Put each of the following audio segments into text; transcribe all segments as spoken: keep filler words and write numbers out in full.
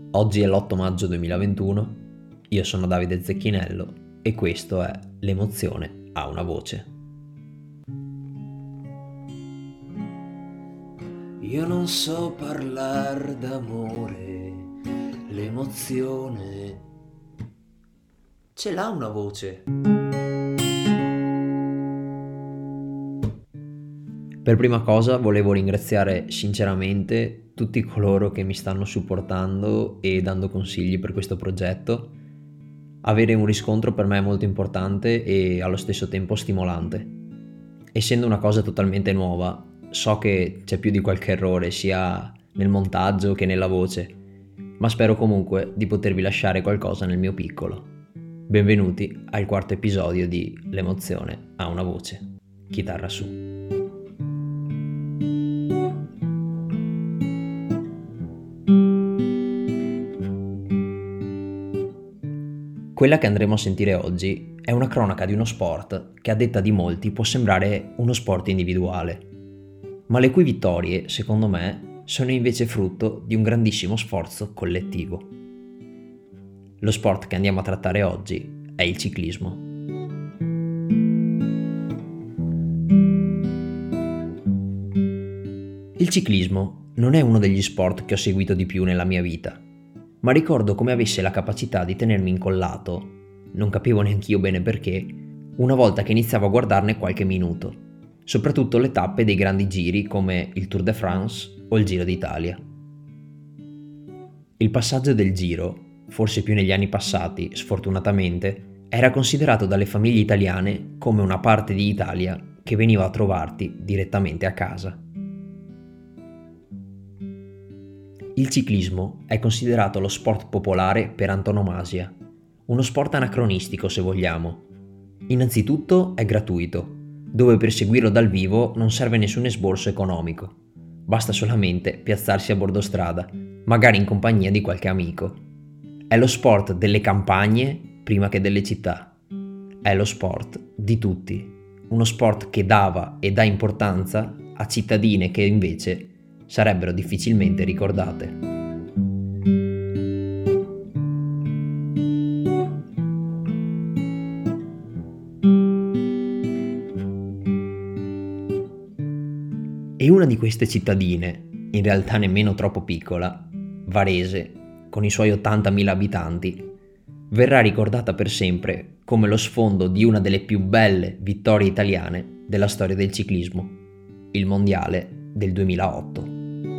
Oggi è l'otto maggio duemilaventuno, io sono Davide Zecchinello e questo è L'emozione ha una voce. Io non so parlar d'amore, l'emozione ce l'ha una voce. Per prima cosa volevo ringraziare sinceramente tutti coloro che mi stanno supportando e dando consigli per questo progetto. Avere un riscontro per me è molto importante e allo stesso tempo stimolante. Essendo una cosa totalmente nuova, so che c'è più di qualche errore sia nel montaggio che nella voce, ma spero comunque di potervi lasciare qualcosa nel mio piccolo. Benvenuti al quarto episodio di L'emozione ha una voce. Chitarra su. Quella che andremo a sentire oggi è una cronaca di uno sport che a detta di molti può sembrare uno sport individuale, ma le cui vittorie, secondo me, sono invece frutto di un grandissimo sforzo collettivo. Lo sport che andiamo a trattare oggi è il ciclismo. Il ciclismo non è uno degli sport che ho seguito di più nella mia vita, ma ricordo come avesse la capacità di tenermi incollato, non capivo neanch'io bene perché, una volta che iniziavo a guardarne qualche minuto, soprattutto le tappe dei grandi giri come il Tour de France o il Giro d'Italia. Il passaggio del Giro, forse più negli anni passati, sfortunatamente, era considerato dalle famiglie italiane come una parte di Italia che veniva a trovarti direttamente a casa. Il ciclismo è considerato lo sport popolare per antonomasia, uno sport anacronistico se vogliamo. Innanzitutto è gratuito, dove per seguirlo dal vivo non serve nessun esborso economico, basta solamente piazzarsi a bordo strada, magari in compagnia di qualche amico. È lo sport delle campagne prima che delle città, è lo sport di tutti, uno sport che dava e dà importanza a cittadine che invece sarebbero difficilmente ricordate. E una di queste cittadine, in realtà nemmeno troppo piccola, Varese, con i suoi ottantamila abitanti, verrà ricordata per sempre come lo sfondo di una delle più belle vittorie italiane della storia del ciclismo, il Mondiale del duemilaotto.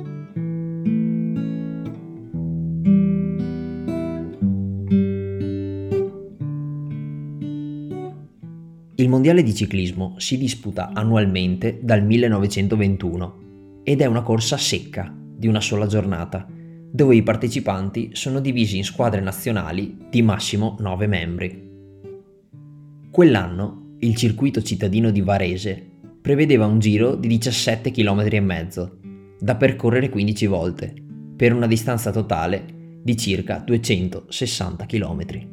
Il mondiale di ciclismo si disputa annualmente dal millenovecentoventuno ed è una corsa secca di una sola giornata, dove i partecipanti sono divisi in squadre nazionali di massimo nove membri. Quell'anno il circuito cittadino di Varese prevedeva un giro di diciassette chilometri e mezzo, da percorrere quindici volte, per una distanza totale di circa duecentosessanta chilometri.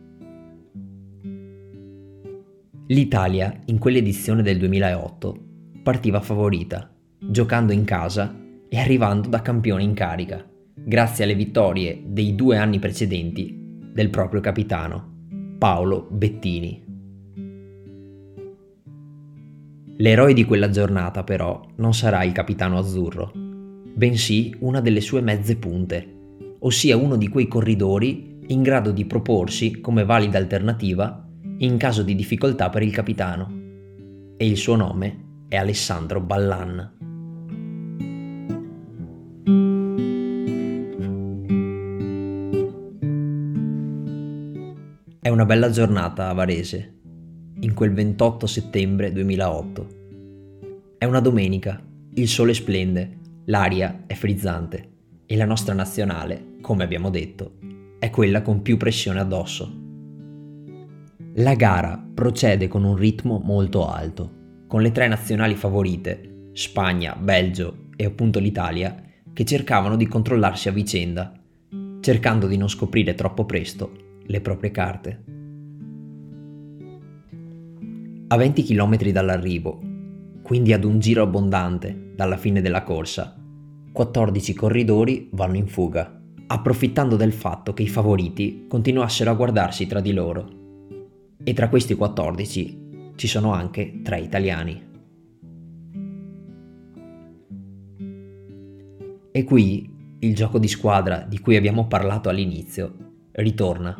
L'Italia, in quell'edizione del duemilaotto, partiva favorita, giocando in casa e arrivando da campione in carica, grazie alle vittorie dei due anni precedenti del proprio capitano, Paolo Bettini. L'eroe di quella giornata, però, non sarà il capitano azzurro, bensì una delle sue mezze punte, ossia uno di quei corridori in grado di proporsi come valida alternativa in caso di difficoltà per il capitano, e il suo nome è Alessandro Ballan. È una bella giornata a Varese, in quel ventotto settembre duemilaotto. È una domenica, il sole splende, l'aria è frizzante e la nostra nazionale, come abbiamo detto, è quella con più pressione addosso. La gara procede con un ritmo molto alto, con le tre nazionali favorite, Spagna, Belgio e appunto l'Italia, che cercavano di controllarsi a vicenda, cercando di non scoprire troppo presto le proprie carte. A venti chilometri dall'arrivo, quindi ad un giro abbondante dalla fine della corsa, quattordici corridori vanno in fuga, approfittando del fatto che i favoriti continuassero a guardarsi tra di loro. E tra questi quattordici ci sono anche tre italiani. E qui il gioco di squadra di cui abbiamo parlato all'inizio ritorna.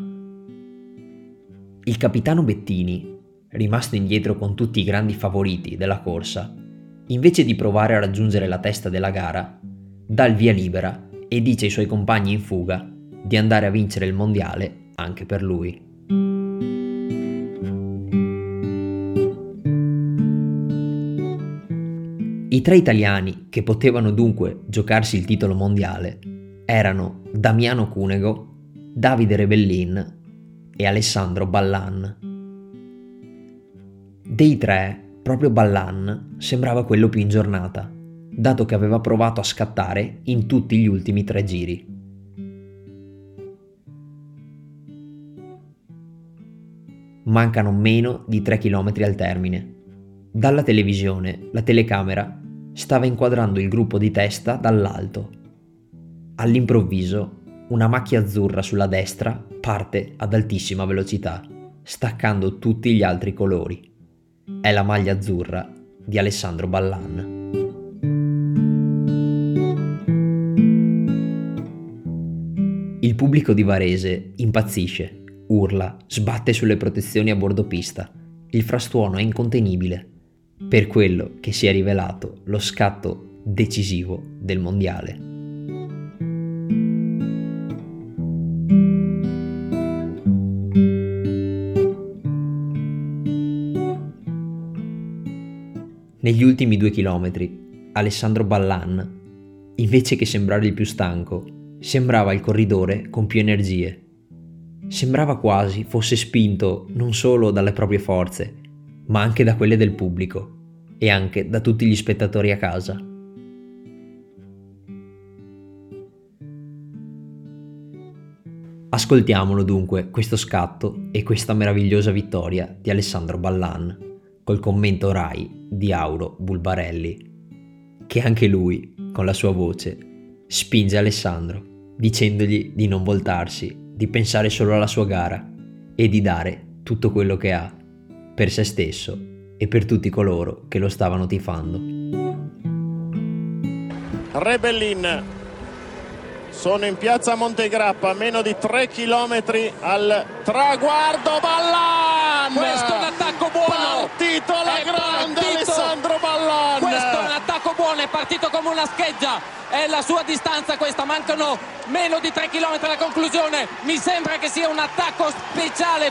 Il capitano Bettini, rimasto indietro con tutti i grandi favoriti della corsa, invece di provare a raggiungere la testa della gara, dà il via libera e dice ai suoi compagni in fuga di andare a vincere il mondiale anche per lui. I tre italiani che potevano dunque giocarsi il titolo mondiale erano Damiano Cunego, Davide Rebellin e Alessandro Ballan. Dei tre, proprio Ballan sembrava quello più in giornata, dato che aveva provato a scattare in tutti gli ultimi tre giri. Mancano meno di tre chilometri al termine. Dalla televisione, la telecamera stava inquadrando il gruppo di testa dall'alto. All'improvviso, una macchia azzurra sulla destra parte ad altissima velocità, staccando tutti gli altri colori. È la maglia azzurra di Alessandro Ballan. Il pubblico di Varese impazzisce, urla, sbatte sulle protezioni a bordo pista. Il frastuono è incontenibile, per quello che si è rivelato lo scatto decisivo del mondiale. Negli ultimi due chilometri, Alessandro Ballan, invece che sembrare il più stanco, sembrava il corridore con più energie. Sembrava quasi fosse spinto non solo dalle proprie forze, ma anche da quelle del pubblico e anche da tutti gli spettatori a casa. Ascoltiamolo dunque questo scatto e questa meravigliosa vittoria di Alessandro Ballan, col commento Rai di Auro Bulbarelli, che anche lui, con la sua voce, spinge Alessandro, dicendogli di non voltarsi, di pensare solo alla sua gara e di dare tutto quello che ha, per se stesso e per tutti coloro che lo stavano tifando. Rebellin sono in piazza Montegrappa, meno di tre chilometri al traguardo. Ballan! Questo è un attacco buono! Partito alla è grande partito. Alessandro Ballan! Questo è un attacco buono, è partito come una scheggia. È la sua distanza questa, mancano meno di tre chilometri alla conclusione. Mi sembra che sia un attacco speciale.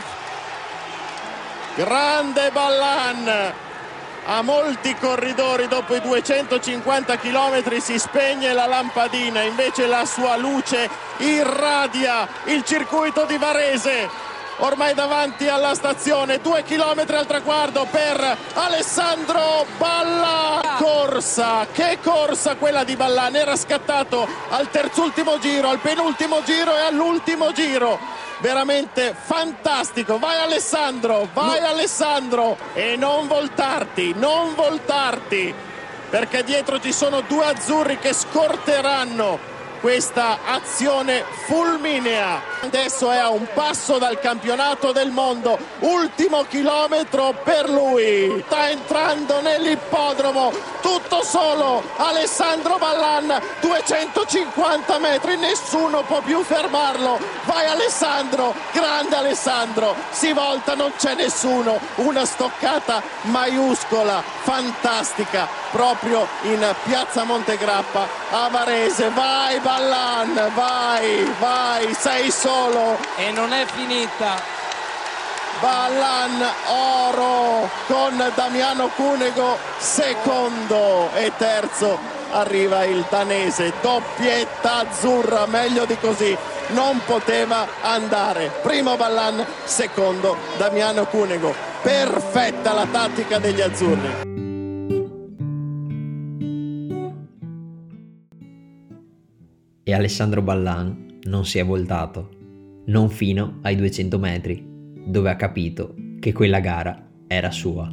Grande Ballan! A molti corridori dopo i duecentocinquanta chilometri si spegne la lampadina, invece la sua luce irradia il circuito di Varese. Ormai davanti alla stazione, due chilometri al traguardo per Alessandro Ballan. Corsa, che corsa quella di Ballan, era scattato al terzultimo giro, al penultimo giro e all'ultimo giro. Veramente fantastico, vai Alessandro, vai Alessandro e non voltarti, non voltarti, perché dietro ci sono due azzurri che scorteranno questa azione fulminea. Adesso è a un passo dal campionato del mondo, ultimo chilometro per lui, sta entrando nell'ippodromo tutto solo Alessandro Ballan, duecentocinquanta metri, nessuno può più fermarlo. Vai Alessandro, grande Alessandro, si volta, non c'è nessuno, una stoccata maiuscola, fantastica, proprio in piazza Montegrappa a Varese. Vai Ballan, vai, vai, sei solo. E non è finita. Ballan oro con Damiano Cunego secondo e terzo arriva il danese, doppietta azzurra, meglio di così non poteva andare. Primo Ballan, secondo Damiano Cunego, perfetta la tattica degli azzurri. E Alessandro Ballan non si è voltato, non fino ai duecento metri, dove ha capito che quella gara era sua.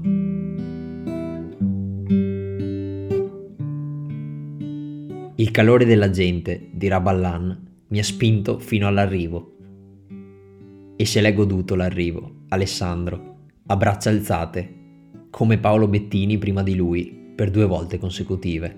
Il calore della gente, dirà Ballan, mi ha spinto fino all'arrivo. E se l'è goduto l'arrivo, Alessandro, a braccia alzate, come Paolo Bettini prima di lui, per due volte consecutive.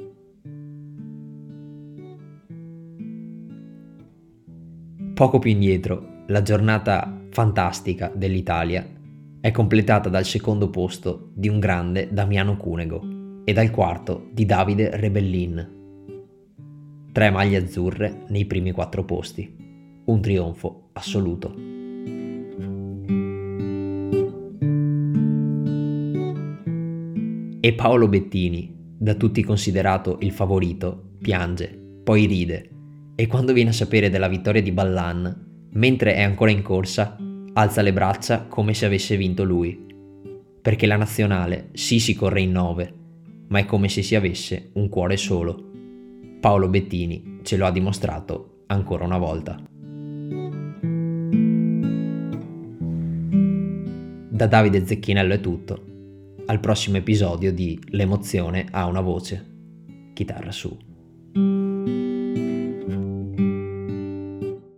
Poco più indietro, la giornata fantastica dell'Italia è completata dal secondo posto di un grande Damiano Cunego e dal quarto di Davide Rebellin. Tre maglie azzurre nei primi quattro posti, un trionfo assoluto. E Paolo Bettini, da tutti considerato il favorito, piange, poi ride, e quando viene a sapere della vittoria di Ballan, mentre è ancora in corsa, alza le braccia come se avesse vinto lui. Perché la nazionale sì si corre in nove, ma è come se si avesse un cuore solo. Paolo Bettini ce lo ha dimostrato ancora una volta. Da Davide Zecchinello è tutto. Al prossimo episodio di L'emozione ha una voce. Chitarra su.